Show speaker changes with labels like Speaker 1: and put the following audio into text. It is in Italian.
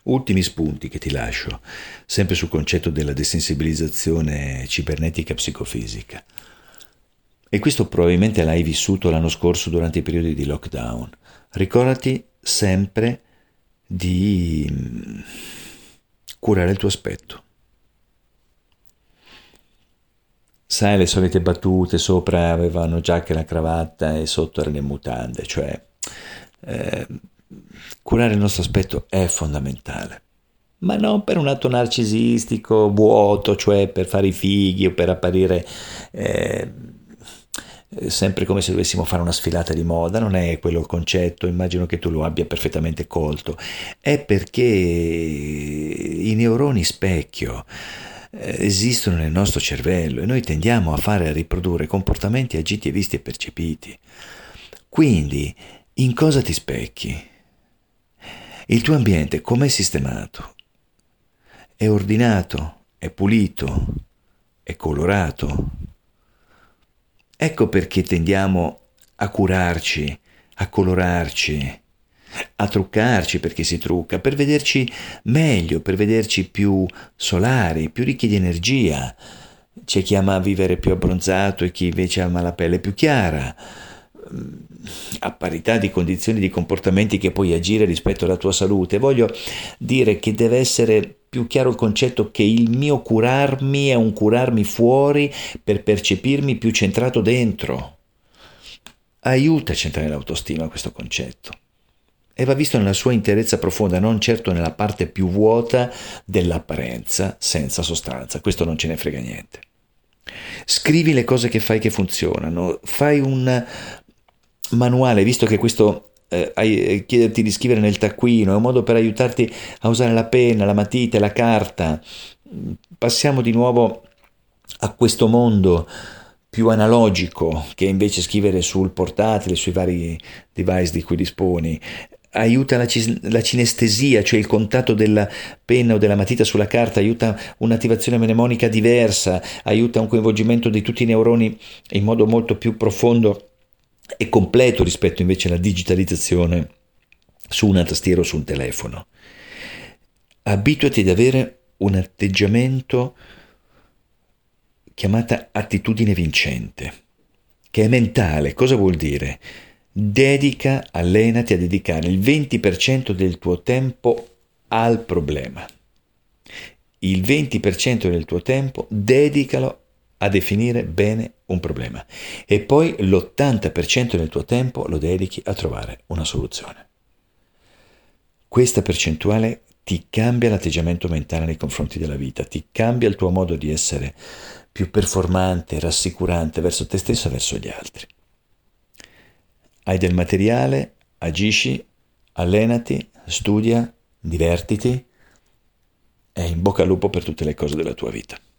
Speaker 1: Ultimi spunti che ti lascio, sempre sul concetto della desensibilizzazione cibernetica psicofisica. E questo probabilmente l'hai vissuto l'anno scorso durante i periodi di lockdown. Ricordati sempre di curare il tuo aspetto. Sai, le solite battute sopra avevano giacca e la cravatta e sotto erano le mutande, cioè eh, curare il nostro aspetto è fondamentale, ma non per un atto narcisistico vuoto, cioè per fare i fighi o per apparire eh, sempre come se dovessimo fare una sfilata di moda, non è quello il concetto, immagino che tu lo abbia perfettamente colto, è perché i neuroni specchio esistono nel nostro cervello e noi tendiamo a fare e riprodurre comportamenti agiti e visti e percepiti. Quindi, in cosa ti specchi? Il tuo ambiente com'è sistemato? È ordinato? È pulito? È colorato? Ecco perché tendiamo a curarci, a colorarci, a truccarci perché si trucca, per vederci meglio, per vederci più solari, più ricchi di energia. C'è chi ama vivere più abbronzato e chi invece ama la pelle più chiara, a parità di condizioni di comportamenti che puoi agire rispetto alla tua salute. Voglio dire che deve essere più chiaro il concetto che il mio curarmi è un curarmi fuori per percepirmi più centrato dentro. Aiuta a centrare l'autostima questo concetto e va visto nella sua interezza profonda, non certo nella parte più vuota dell'apparenza senza sostanza. Questo non ce ne frega niente. Scrivi le cose che fai che funzionano, fai un manuale, visto che questo chiederti di scrivere nel taccuino è un modo per aiutarti a usare la penna, la matita e la carta. Passiamo di nuovo a questo mondo più analogico che invece scrivere sul portatile, sui vari device di cui disponi. Aiuta la cinestesia, cioè il contatto della penna o della matita sulla carta, aiuta un'attivazione mnemonica diversa, aiuta un coinvolgimento di tutti i neuroni in modo molto più profondo e completo rispetto invece alla digitalizzazione su una tastiera o su un telefono. Abituati ad avere un atteggiamento chiamata attitudine vincente, che è mentale. Cosa vuol dire? Allenati a dedicare il 20% del tuo tempo al problema. Il 20% del tuo tempo dedicalo a definire bene un problema e poi l'80% del tuo tempo lo dedichi a trovare una soluzione. Questa percentuale ti cambia l'atteggiamento mentale nei confronti della vita, ti cambia il tuo modo di essere più performante, rassicurante verso te stesso e verso gli altri. Hai del materiale, agisci, allenati, studia, divertiti e in bocca al lupo per tutte le cose della tua vita.